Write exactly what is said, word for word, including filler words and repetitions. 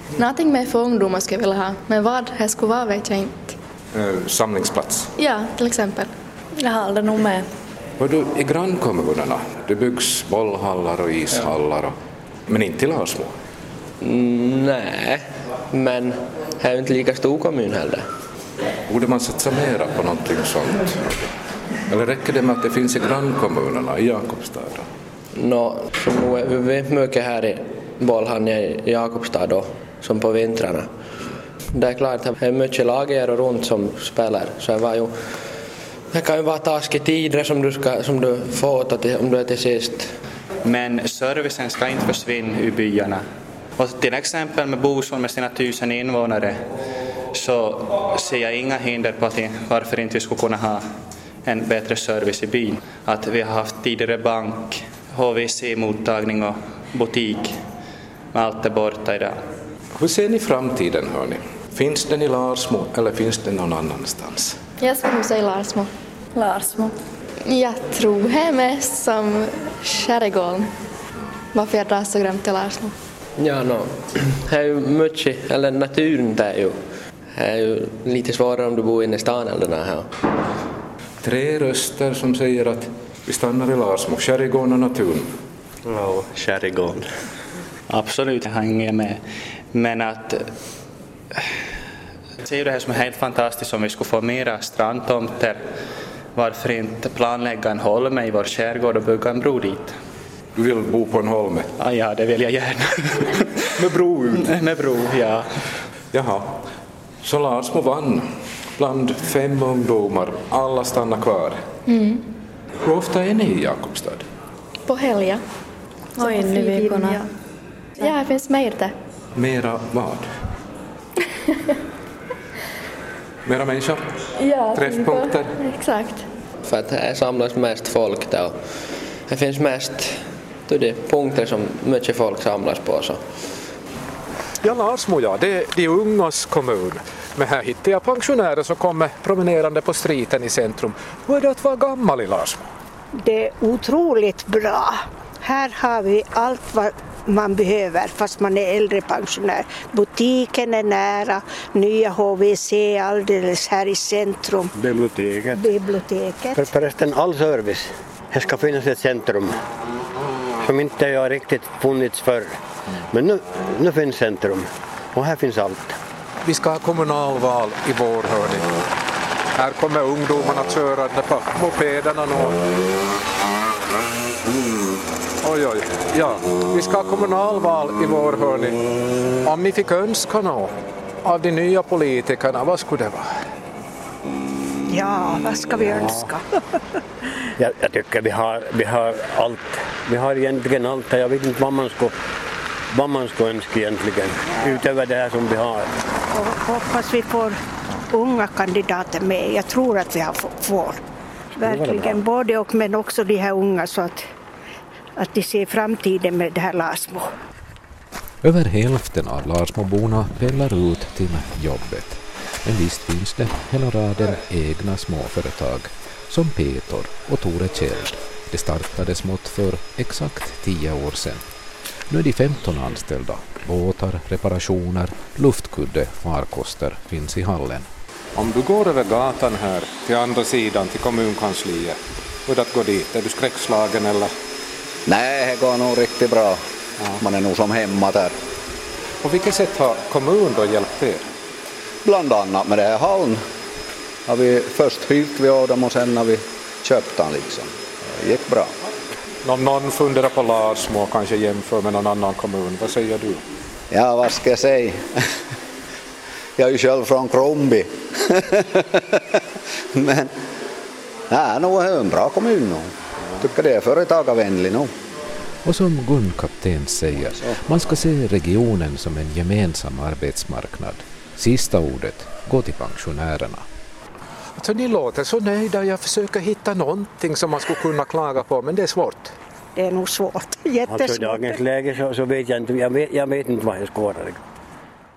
Någonting med för ungdomar skulle jag vilja ha, men vad det skulle vara vet jag inte. Eh, samlingsplats. Ja, till exempel. Jag håller nog med. Och du, i grannkommunerna, det byggs bollhallar och ishallar, och, men inte i Larsmo. Mm, nej, men det är ju inte lika stor kommun heller. Borde man satsa mera på någonting sånt? Eller räcker det med att det finns i grannkommunerna i Jakobstad? Nå, som nog är väldigt mycket här i bollhallen i Jakobstad då, som på vintrarna. Det är klart att det är mycket lager och runt som spelar, så det var ju det kan ju vara taskigt tider som du, ska, som du får till, om du är till sist. Men servicen ska inte försvinna i byarna. Och till exempel med Bosholm med sina tusen invånare så ser jag inga hinder på att varför inte vi skulle kunna ha en bättre service i byn. Att vi har haft tidigare bank, H V C-mottagning och butik. Men allt är borta idag. Hur ser ni framtiden, hörni? Finns den i Larsmo eller finns den någon annanstans? Jag skulle säga Larsmo. Larsmo. Jag tror det är mest som Skärgården. Varför jag drar så grönt till Larsmo? Ja, no. Det är ju mycket, eller naturen där ju. Det är ju lite svårare om du bor inne i stan eller den här. Tre röster som säger att vi stannar i Larsmo, Skärgården och naturen. Ja, Skärgården. Absolut, jag hänger med. Men att jag ser det här som är helt fantastiskt om vi skulle få mera strandtomter. Varför inte planlägga en holme i vår skärgård och bygga en bro dit? Du vill bo på en holme? Ah, ja, det vill jag gärna. Med bro ut? Med bro, ja. Jaha, så Larsmo vann. Bland fem ungdomar, alla stannar kvar. Mm. Hur ofta är ni i Jakobstad? På helga. Och in i veckorna. Ja, det finns mer det. Mera vad? Mera människor? Ja, träffpunkter? Exakt. För att det samlas mest folk där. Det finns mest det, punkter som mycket folk samlas på. Så. Ja, Larsmo, ja, det är de ungas kommun. Men här hittar jag pensionärer som kommer promenerande på striten i centrum. Hur är det att vara gammal i Larsmo? Det är otroligt bra. Här har vi allt vad man behöver fast man är äldre pensionär. Butiken är nära, nya H V C alldeles här i centrum. Biblioteket. Biblioteket. För, förresten all service. Här ska finnas ett centrum som inte har riktigt funnits förr. Men nu, nu finns centrum och här finns allt. Vi ska ha kommunalval i vår, hörni. Här kommer ungdomarna körande på mopederna nu. Oj, oj, ja. Vi ska ha kommunalval i vår, hörni. Om ni fick önska något av de nya politikerna, vad skulle det vara? Ja, vad ska vi önska? jag, jag tycker vi har, vi har allt. Vi har egentligen allt. Jag vet inte vad man ska, vad man ska önska egentligen. Utöver det här som vi har. Och hoppas vi får unga kandidater med. Jag tror att vi har får. Verkligen både och, men också de här unga så att att de ser framtiden med det här Larsmo. Över hälften av Larsmoborna pendlar ut till jobbet. Men visst finns det hela raden egna småföretag som Peter och Tore Kjeld. Det startade smått för exakt tio år sedan. Nu är de femton anställda. Båtar, reparationer, luftkudde, farkoster finns i hallen. Om du går över gatan här till andra sidan till kommunkansliet, hur det att gå dit? Är du skräckslagen eller? Nej, det går nog riktigt bra. Ja. Man är nog som hemma där. På vilket sätt har kommunen då hjälpt er? Bland annat med det här hallen. Har vi först hyrt vi av dem och sen har vi köpt den liksom. Det gick bra. Om någon funderar på Larsmo och kanske jämför med någon annan kommun, vad säger du? Ja, vad ska jag säga? Jag är ju själv från Kromby. Men det är nog en bra kommun nu. Tycker det är företagarvänlig nu. Och som Gun Kapten säger, man ska se regionen som en gemensam arbetsmarknad. Sista ordet går till pensionärerna. Alltså, ni låter så nöjda. Jag försöker hitta någonting som man skulle kunna klaga på, men det är svårt. Det är nog svårt. Jättesvårt. Alltså i dagens läge så, så vet jag inte, jag vet, jag vet inte vad jag ska vara.